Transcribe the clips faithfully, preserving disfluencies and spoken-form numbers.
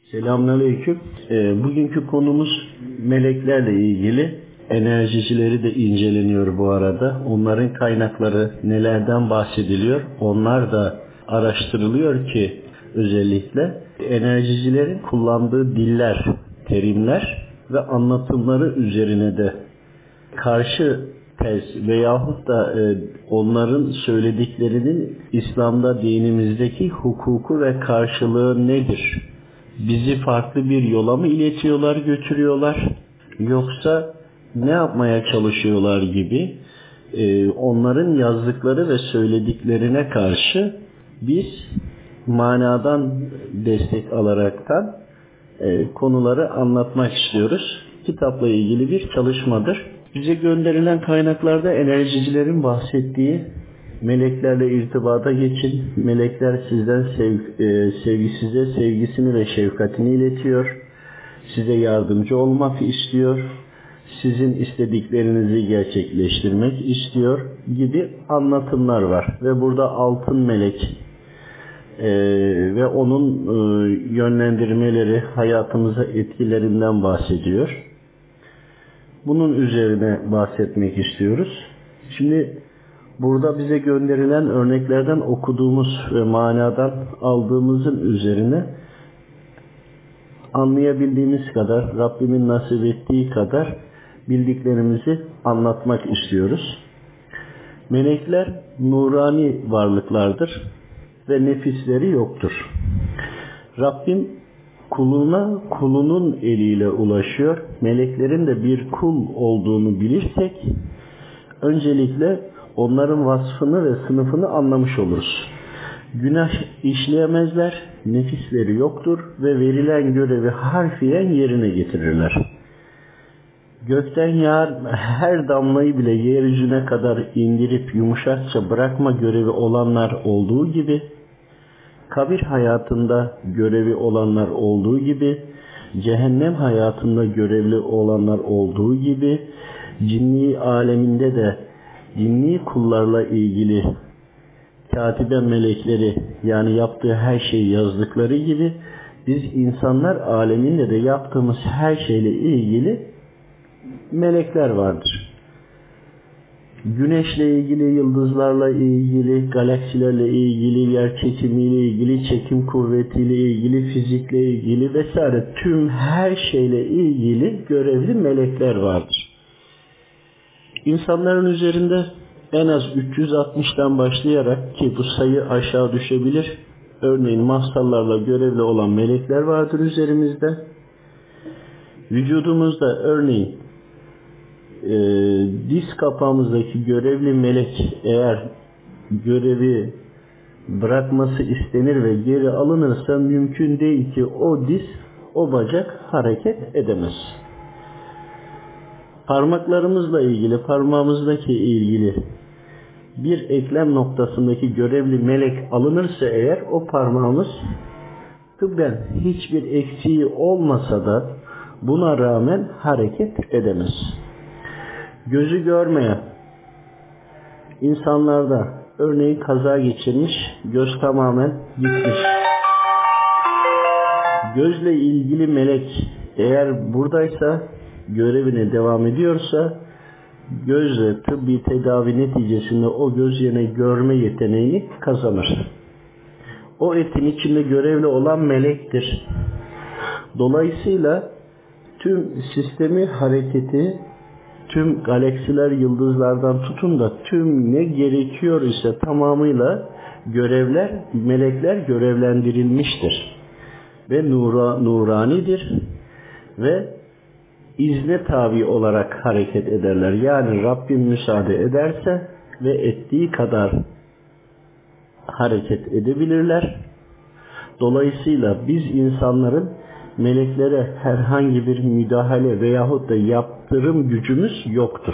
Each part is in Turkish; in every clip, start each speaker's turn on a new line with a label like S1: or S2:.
S1: Selamünaleyküm. E, bugünkü konumuz meleklerle ilgili. Enerjicileri de inceleniyor bu arada. Onların kaynakları nelerden bahsediliyor? Onlar da araştırılıyor ki özellikle enerjicilerin kullandığı diller, terimler ve anlatımları üzerine de karşı tez veyahut da e, onların söylediklerinin İslam'da, dinimizdeki hukuku ve karşılığı nedir? Bizi farklı bir yola mı iletiyorlar, götürüyorlar? Yoksa ne yapmaya çalışıyorlar gibi e, onların yazdıkları ve söylediklerine karşı biz manadan destek alaraktan e, konuları anlatmak istiyoruz. Kitapla ilgili bir çalışmadır. Bize gönderilen kaynaklarda enerjicilerin bahsettiği meleklerle irtibata geçin, melekler sizden sev, e, sevgi, size sevgisini ve şefkatini iletiyor, size yardımcı olmak istiyor, sizin istediklerinizi gerçekleştirmek istiyor gibi anlatımlar var. Ve burada altın melek e, ve onun e, yönlendirmeleri, hayatımıza etkilerinden bahsediyor. Bunun üzerine bahsetmek istiyoruz. Şimdi burada bize gönderilen örneklerden okuduğumuz ve manadan aldığımızın üzerine anlayabildiğimiz kadar, Rabbimin nasip ettiği kadar bildiklerimizi anlatmak istiyoruz. Melekler nurani varlıklardır ve nefisleri yoktur. Rabbim kuluna kulunun eliyle ulaşıyor. Meleklerin de bir kul olduğunu bilirsek öncelikle onların vasfını ve sınıfını anlamış oluruz. Günah işleyemezler, nefisleri yoktur ve verilen görevi harfiyen yerine getirirler. Gökten yağar her damlayı bile yeryüzüne kadar indirip yumuşakça bırakma görevi olanlar olduğu gibi, kabir hayatında görevi olanlar olduğu gibi, cehennem hayatında görevli olanlar olduğu gibi, cinni aleminde de cinni kullarla ilgili katibe melekleri, yani yaptığı her şeyi yazdıkları gibi, biz insanlar aleminde de yaptığımız her şeyle ilgili melekler vardır. Güneşle ilgili, yıldızlarla ilgili, galaksilerle ilgili, yer çekimiyle ilgili, çekim kuvvetiyle ilgili, fizikle ilgili vesaire tüm her şeyle ilgili görevli melekler vardır. İnsanların üzerinde en az üç yüz altmıştan başlayarak, ki bu sayı aşağı düşebilir, örneğin mafsallarla görevli olan melekler vardır üzerimizde. Vücudumuzda örneğin e, diz kapağımızdaki görevli melek eğer görevi bırakması istenir ve geri alınırsa mümkün değil ki o diz, o bacak hareket edemez. Parmaklarımızla ilgili, parmağımızdaki ilgili bir eklem noktasındaki görevli melek alınırsa eğer o parmağımız tıbben hiçbir eksiği olmasa da buna rağmen hareket edemez. Gözü görmeyen insanlarda örneğin kaza geçirmiş, göz tamamen gitmiş. Gözle ilgili melek eğer buradaysa, görevine devam ediyorsa, gözle tıbbi tedavi neticesinde o göz yerine görme yeteneğini kazanır. O etin içinde görevli olan melektir. Dolayısıyla tüm sistemi hareketi, tüm galaksiler, yıldızlardan tutun da tüm ne gerekiyor ise tamamıyla görevler, melekler görevlendirilmiştir. Ve nura, nuranidir ve izne tabi olarak hareket ederler. Yani Rabbim müsaade ederse ve ettiği kadar hareket edebilirler. Dolayısıyla biz insanların meleklere herhangi bir müdahale veyahut da yaptırım gücümüz yoktur.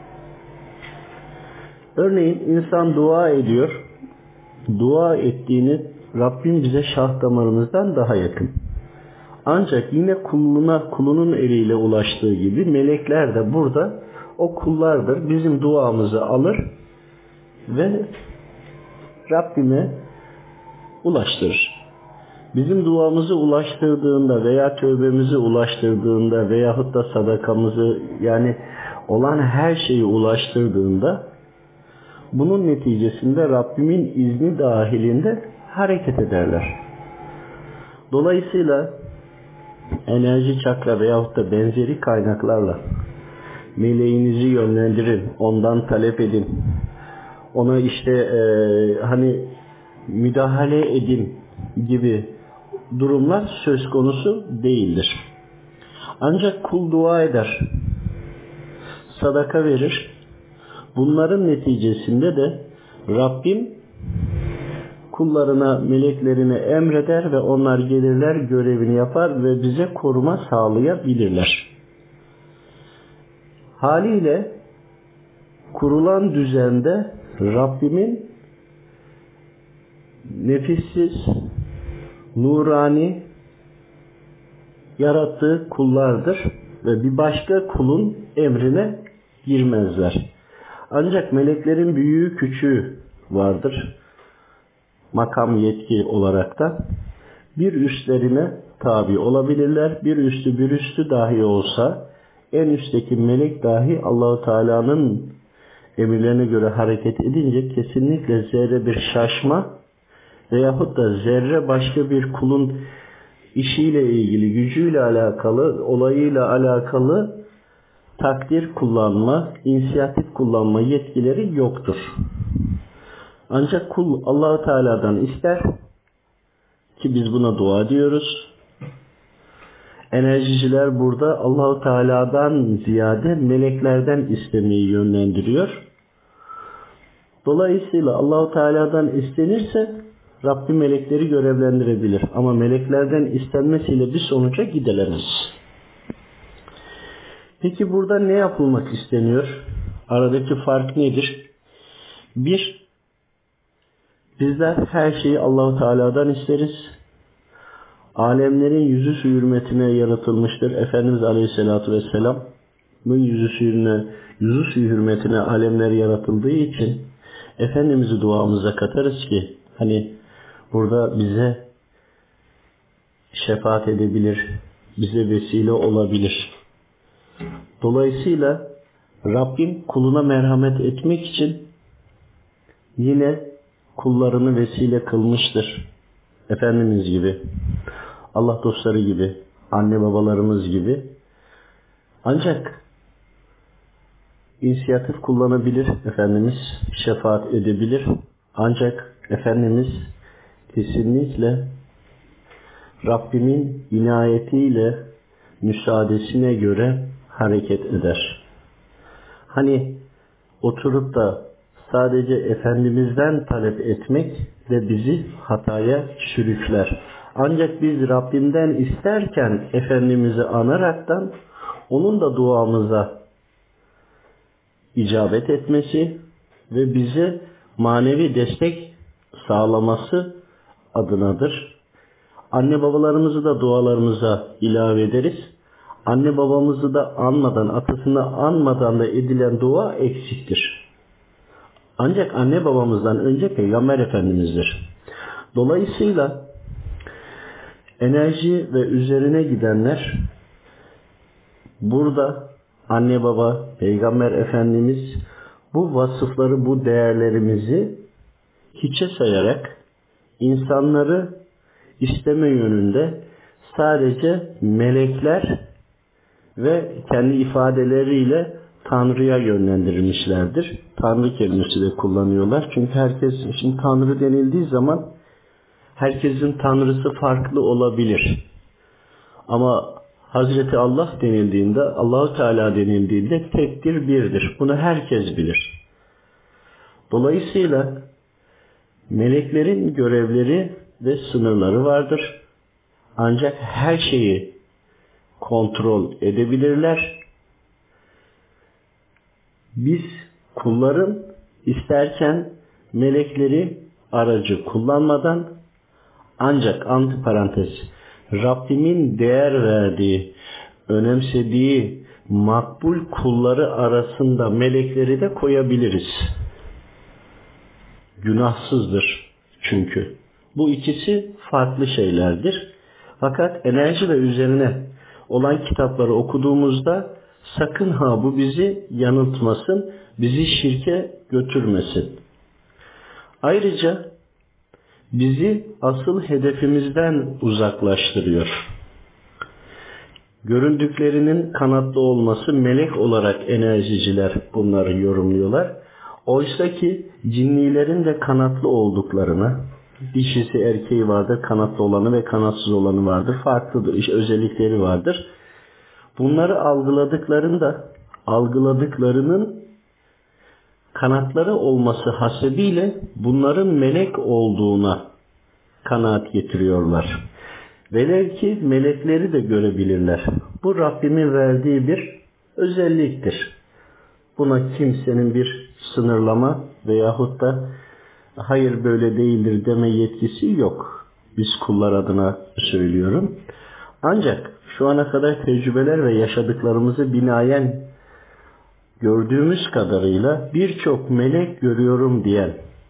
S1: Örneğin insan dua ediyor. Dua ettiğini Rabbim bize şah damarımızdan daha yakın. Ancak yine kuluna, kulunun eliyle ulaştığı gibi melekler de burada o kullardır. Bizim duamızı alır ve Rabbime ulaştırır. bizim duamızı ulaştırdığında veya tövbemizi ulaştırdığında veyahut da sadakamızı, yani olan her şeyi ulaştırdığında bunun neticesinde Rabbimin izni dahilinde hareket ederler. Dolayısıyla enerji çakra veyahut da benzeri kaynaklarla meleğinizi yönlendirin, ondan talep edin, ona işte e, hani müdahale edin gibi durumlar söz konusu değildir. Ancak kul dua eder, sadaka verir. Bunların neticesinde de Rabbim kullarına, meleklerine emreder ve onlar gelirler, görevini yapar ve bize koruma sağlayabilirler. Haliyle kurulan düzende Rabbimin nefissiz, nurani yarattığı kullardır ve bir başka kulun emrine girmezler. Ancak meleklerin büyüğü küçüğü vardır. Makam yetki olarak da bir üstlerine tabi olabilirler. Bir üstü bir üstü dahi olsa en üstteki melek dahi Allah-u Teala'nın emirlerine göre hareket edince kesinlikle zerre bir şaşma veyahut da zerre başka bir kulun işiyle ilgili, gücüyle alakalı, olayıyla alakalı takdir kullanma, inisiyatif kullanma yetkileri yoktur. Ancak kul Allah-u Teala'dan ister ki biz buna dua diyoruz. Enerjiciler burada Allah-u Teala'dan ziyade meleklerden istemeyi yönlendiriyor. Dolayısıyla Allah-u Teala'dan istenirse Rabbi melekleri görevlendirebilir. Ama meleklerden istenmesiyle bir sonuca gidilemez. Peki burada ne yapılmak isteniyor? Aradaki fark nedir? Bir, bizler her şeyi Allah-u Teala'dan isteriz. Alemlerin yüzü su hürmetine yaratılmıştır. Efendimiz Aleyhisselatü Vesselam'ın yüzü suyuna, yüzü suyu hürmetine alemler yaratıldığı için Efendimiz'i duamıza katarız ki hani burada bize şefaat edebilir, bize vesile olabilir. Dolayısıyla Rabbim kuluna merhamet etmek için yine kullarını vesile kılmıştır. Efendimiz gibi, Allah dostları gibi, anne babalarımız gibi. Ancak inisiyatif kullanabilir Efendimiz, şefaat edebilir. Ancak Efendimiz kesinlikle Rabbimin inayetiyle, müsaadesine göre hareket eder. Hani oturup da sadece Efendimiz'den talep etmek ve bizi hataya sürükler. Ancak biz Rabbimden isterken Efendimiz'i anaraktan onun da duamıza icabet etmesi ve bize manevi destek sağlaması adınadır. Anne babalarımızı da dualarımıza ilave ederiz. Anne babamızı da anmadan, atasını anmadan da edilen dua eksiktir. Ancak anne babamızdan önce Peygamber Efendimiz'dir. Dolayısıyla enerji ve üzerine gidenler burada anne baba, Peygamber Efendimiz bu vasıfları, bu değerlerimizi hiçe sayarak insanları isteme yönünde sadece melekler ve kendi ifadeleriyle Tanrı'ya yönlendirilmişlerdir. Tanrı kelimesi de kullanıyorlar. Çünkü herkes, şimdi Tanrı denildiği zaman herkesin Tanrısı farklı olabilir. Ama Hazreti Allah denildiğinde, Allah-u Teala denildiğinde tektir, birdir. Bunu herkes bilir. Dolayısıyla meleklerin görevleri ve sınırları vardır. Ancak her şeyi kontrol edebilirler. Biz kulların isterken melekleri aracı kullanmadan, ancak antiparantez Rabbimin değer verdiği, önemsediği makbul kulları arasında melekleri de koyabiliriz. Günahsızdır çünkü. Bu ikisi farklı şeylerdir. Fakat enerji ve üzerine olan kitapları okuduğumuzda sakın ha bu bizi yanıltmasın, bizi şirke götürmesin. Ayrıca bizi asıl hedefimizden uzaklaştırıyor. Göründüklerinin kanatlı olması, melek olarak enerjiciler bunları yorumluyorlar. Oysa ki cinnilerin de kanatlı olduklarına, dişisi erkeği vardır, kanatlı olanı ve kanatsız olanı vardır. Farklı özellikleri vardır. Bunları algıladıklarında, algıladıklarının kanatları olması hasebiyle bunların melek olduğuna kanaat getiriyorlar. Velev ki melekleri de görebilirler. Bu Rabbimin verdiği bir özelliktir. Buna kimsenin bir sınırlama veyahut da hayır böyle değildir deme yetkisi yok. Biz kullar adına söylüyorum. Ancak şu ana kadar tecrübeler ve yaşadıklarımızı binaen gördüğümüz kadarıyla birçok melek görüyorum diyen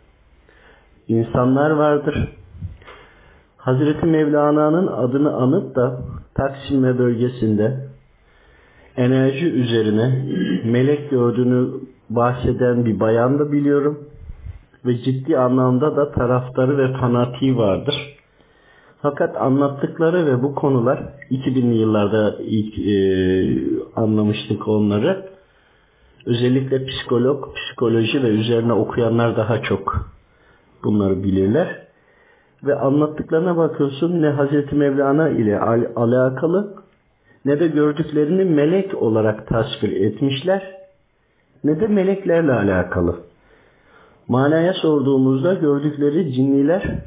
S1: insanlar vardır. Hazreti Mevlana'nın adını anıp da Taksim bölgesinde enerji üzerine melek gördüğünü bahseden bir bayan da biliyorum. Ve ciddi anlamda da taraftarı ve fanatiği vardır. Fakat anlattıkları ve bu konular iki binli yıllarda ilk e, anlamıştık onları. Özellikle psikolog, psikoloji ve üzerine okuyanlar daha çok bunları bilirler. Ve anlattıklarına bakıyorsun ne Hazreti Mevlana ile al- alakalı ne de gördüklerini melek olarak tasvir etmişler ne de meleklerle alakalı. Manaya sorduğumuzda gördükleri cinniler,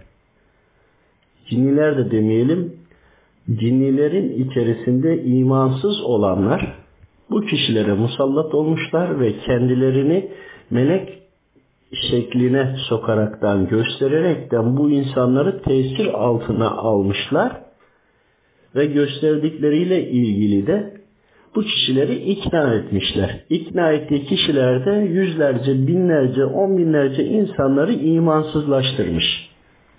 S1: cinniler de demeyelim, cinnilerin içerisinde imansız olanlar bu kişilere musallat olmuşlar ve kendilerini melek şekline sokaraktan, göstererekten bu insanları tesir altına almışlar ve gösterdikleriyle ilgili de bu kişileri ikna etmişler. İkna ettiği kişiler de yüzlerce, binlerce, on binlerce insanları imansızlaştırmış.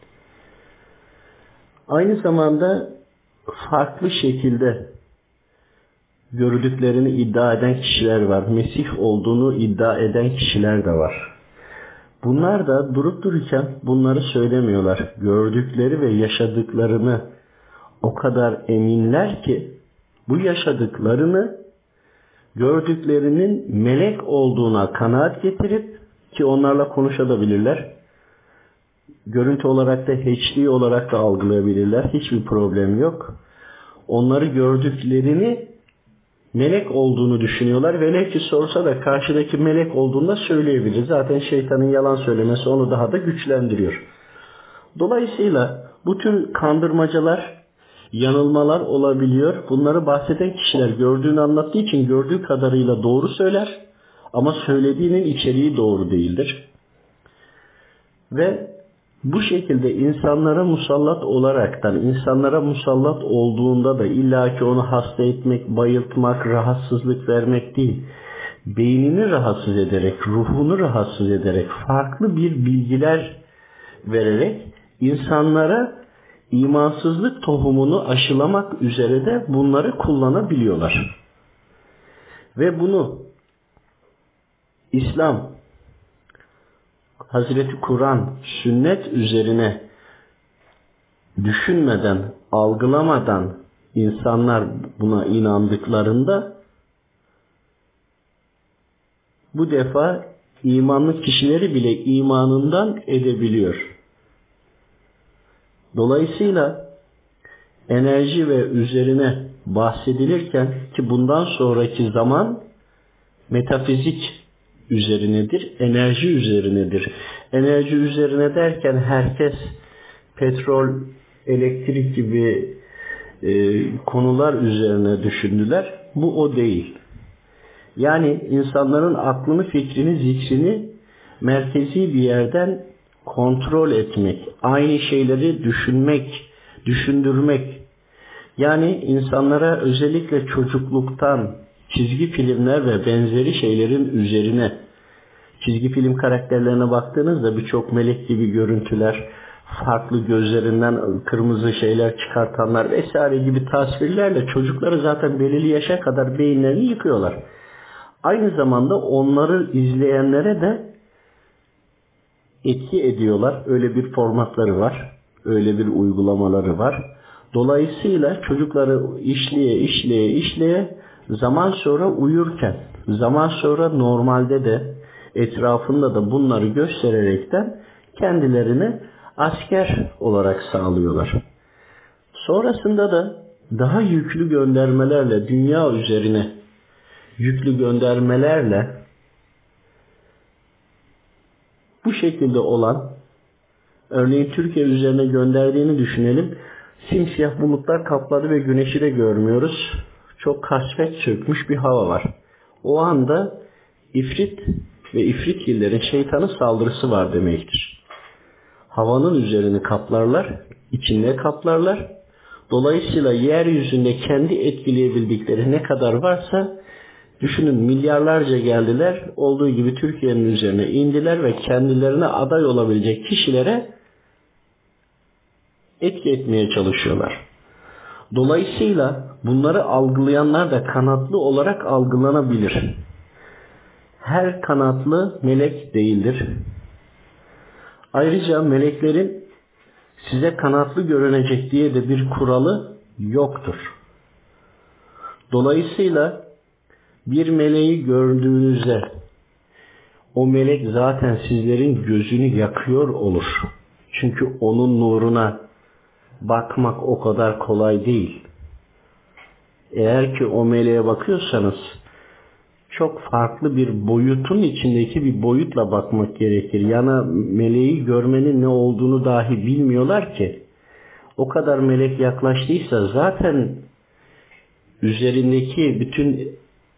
S1: Aynı zamanda farklı şekilde gördüklerini iddia eden kişiler var. Mesih olduğunu iddia eden kişiler de var. Bunlar da durup dururken bunları söylemiyorlar. Gördükleri ve yaşadıklarını o kadar eminler ki bu yaşadıklarını gördüklerinin melek olduğuna kanaat getirip ki onlarla konuşabilirler. Görüntü olarak da H D olarak da algılayabilirler. Hiçbir problem yok. Onları gördüklerini melek olduğunu düşünüyorlar. Velev ki sorsa da karşıdaki melek olduğunu da söyleyebilir. Zaten şeytanın yalan söylemesi onu daha da güçlendiriyor. Dolayısıyla bu tür kandırmacalar, yanılmalar olabiliyor. Bunları bahseden kişiler gördüğünü anlattığı için gördüğü kadarıyla doğru söyler. Ama söylediğinin içeriği doğru değildir. Ve bu şekilde insanlara musallat olaraktan, insanlara musallat olduğunda da illaki onu hasta etmek, bayıltmak, rahatsızlık vermek değil. Beynini rahatsız ederek, ruhunu rahatsız ederek, farklı bir bilgiler vererek insanlara imansızlık tohumunu aşılamak üzere de bunları kullanabiliyorlar. Ve bunu İslam, Hazreti Kur'an, sünnet üzerine düşünmeden, algılamadan insanlar buna inandıklarında bu defa imanlı kişileri bile imanından edebiliyor. Dolayısıyla enerji ve üzerine bahsedilirken ki bundan sonraki zaman metafizik üzerinedir, enerji üzerinedir. Enerji üzerine derken herkes petrol, elektrik gibi e, konular üzerine düşündüler. Bu o değil. Yani insanların aklını, fikrini, zikrini merkezi bir yerden kontrol etmek, aynı şeyleri düşünmek, düşündürmek. Yani insanlara özellikle çocukluktan çizgi filmler ve benzeri şeylerin üzerine, çizgi film karakterlerine baktığınızda birçok melek gibi görüntüler, farklı gözlerinden kırmızı şeyler çıkartanlar vesaire gibi tasvirlerle çocukları zaten belirli yaşa kadar beyinlerini yıkıyorlar. Aynı zamanda onları izleyenlere de etki ediyorlar. Öyle bir formatları var. Öyle bir uygulamaları var. Dolayısıyla çocukları işleye işleye işleye zaman sonra uyurken, zaman sonra normalde de etrafında da bunları göstererekten kendilerini asker olarak sağlıyorlar. Sonrasında da daha yüklü göndermelerle, dünya üzerine yüklü göndermelerle bu şekilde olan, örneğin Türkiye üzerine gönderdiğini düşünelim. Simsiyah bulutlar kapladı ve güneşi de görmüyoruz. Çok kasvet çökmüş bir hava var. O anda ifrit ve ifritgillerin şeytanın saldırısı var demektir. Havanın üzerini kaplarlar, içinde kaplarlar. Dolayısıyla yeryüzünde kendi etkileyebildikleri ne kadar varsa düşünün, milyarlarca geldiler. Olduğu gibi Türkiye'nin üzerine indiler ve kendilerine aday olabilecek kişilere etki etmeye çalışıyorlar. Dolayısıyla bunları algılayanlar da kanatlı olarak algılanabilir. Her kanatlı melek değildir. Ayrıca meleklerin size kanatlı görünecek diye de bir kuralı yoktur. Dolayısıyla bir meleği gördüğünüzde o melek zaten sizlerin gözünü yakıyor olur. Çünkü onun nuruna bakmak o kadar kolay değil. Eğer ki o meleğe bakıyorsanız çok farklı bir boyutun içindeki bir boyutla bakmak gerekir. Yani meleği görmenin ne olduğunu dahi bilmiyorlar ki. O kadar melek yaklaştıysa zaten üzerindeki bütün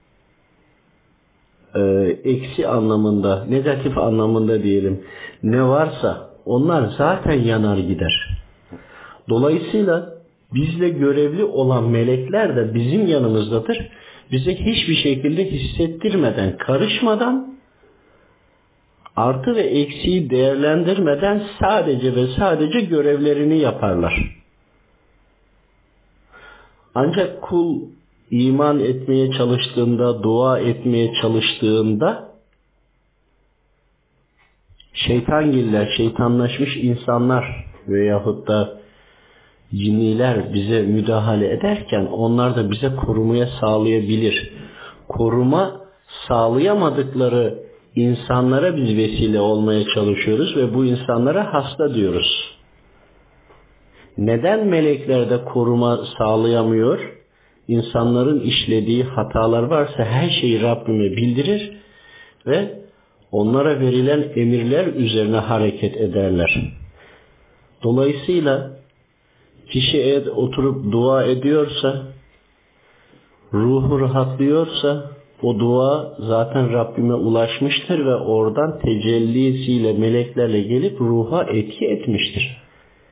S1: e, eksi anlamında, negatif anlamında diyelim ne varsa onlar zaten yanar gider. Dolayısıyla bizle görevli olan melekler de bizim yanımızdadır. Bize hiçbir şekilde hissettirmeden, karışmadan, artı ve eksiği değerlendirmeden sadece ve sadece görevlerini yaparlar. Ancak kul iman etmeye çalıştığında, dua etmeye çalıştığında şeytangiller, şeytanlaşmış insanlar veyahut da cinniler bize müdahale ederken onlar da bize korumaya sağlayabilir. Koruma sağlayamadıkları insanlara biz vesile olmaya çalışıyoruz ve bu insanlara hasta diyoruz. Neden melekler de koruma sağlayamıyor? İnsanların işlediği hatalar varsa her şeyi Rabbime bildirir ve onlara verilen emirler üzerine hareket ederler. Dolayısıyla kişi eğer oturup dua ediyorsa, ruhu rahatlıyorsa o dua zaten Rabbime ulaşmıştır ve oradan tecellisiyle meleklerle gelip ruha etki etmiştir.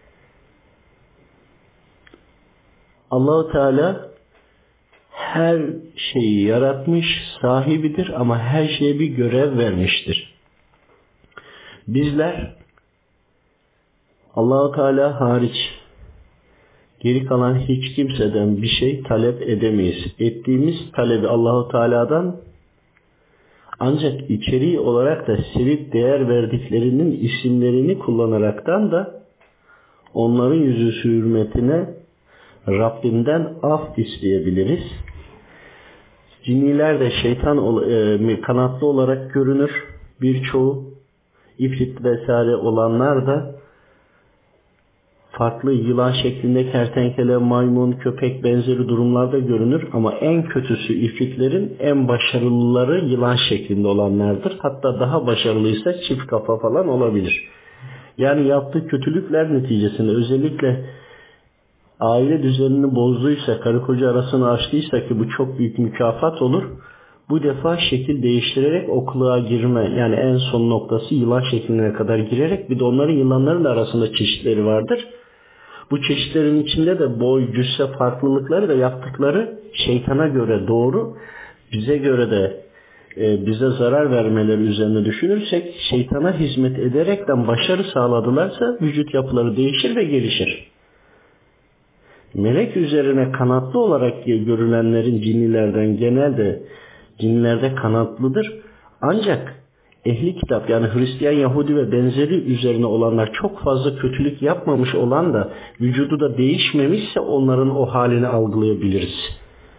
S1: Allah-u Teala her şeyi yaratmış, sahibidir ama her şeye bir görev vermiştir. Bizler Allah-u Teala hariç geri kalan hiç kimseden bir şey talep edemeyiz. Ettiğimiz talebi Allah-u Teala'dan ancak içeriği olarak da sevip değer verdiklerinin isimlerini kullanaraktan da onların yüzü hürmetine Rabbimden af isteyebiliriz. Cinniler de şeytan e, kanatlı olarak görünür. Birçoğu ifrit vesaire olanlar da farklı yılan şeklinde kertenkele, maymun, köpek benzeri durumlarda görünür. Ama en kötüsü ifritlerin en başarılıları yılan şeklinde olanlardır. Hatta daha başarılıysa çift kafa falan olabilir. Yani yaptığı kötülükler neticesinde özellikle aile düzenini bozduysa, karı koca arasını açtıysa ki bu çok büyük mükafat olur. Bu defa şekil değiştirerek o kılığa girme, yani en son noktası yılan şekline kadar girerek, bir de onların yılanların arasında çeşitleri vardır. Bu çeşitlerin içinde de boy, cüsse farklılıkları da yaptıkları şeytana göre doğru, bize göre de e, bize zarar vermeleri üzerine düşünürsek, şeytana hizmet ederekten başarı sağladılarsa vücut yapıları değişir ve gelişir. Melek üzerine kanatlı olarak görülenlerin cinnilerden genelde cinlerde kanatlıdır. Ancak ehli kitap yani Hristiyan, Yahudi ve benzeri üzerine olanlar çok fazla kötülük yapmamış olan da vücudu da değişmemişse onların o halini algılayabiliriz.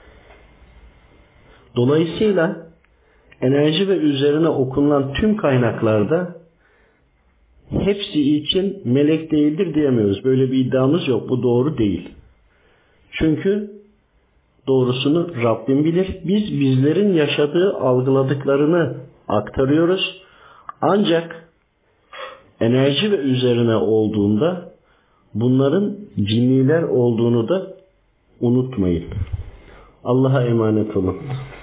S1: Dolayısıyla enerji ve üzerine okunulan tüm kaynaklarda hepsi için melek değildir diyemiyoruz. Böyle bir iddiamız yok. Bu doğru değil. Çünkü doğrusunu Rabbim bilir. Biz bizlerin yaşadığı, algıladıklarını aktarıyoruz. Ancak enerji ve üzerine olduğunda bunların cinniler olduğunu da unutmayın. Allah'a emanet olun.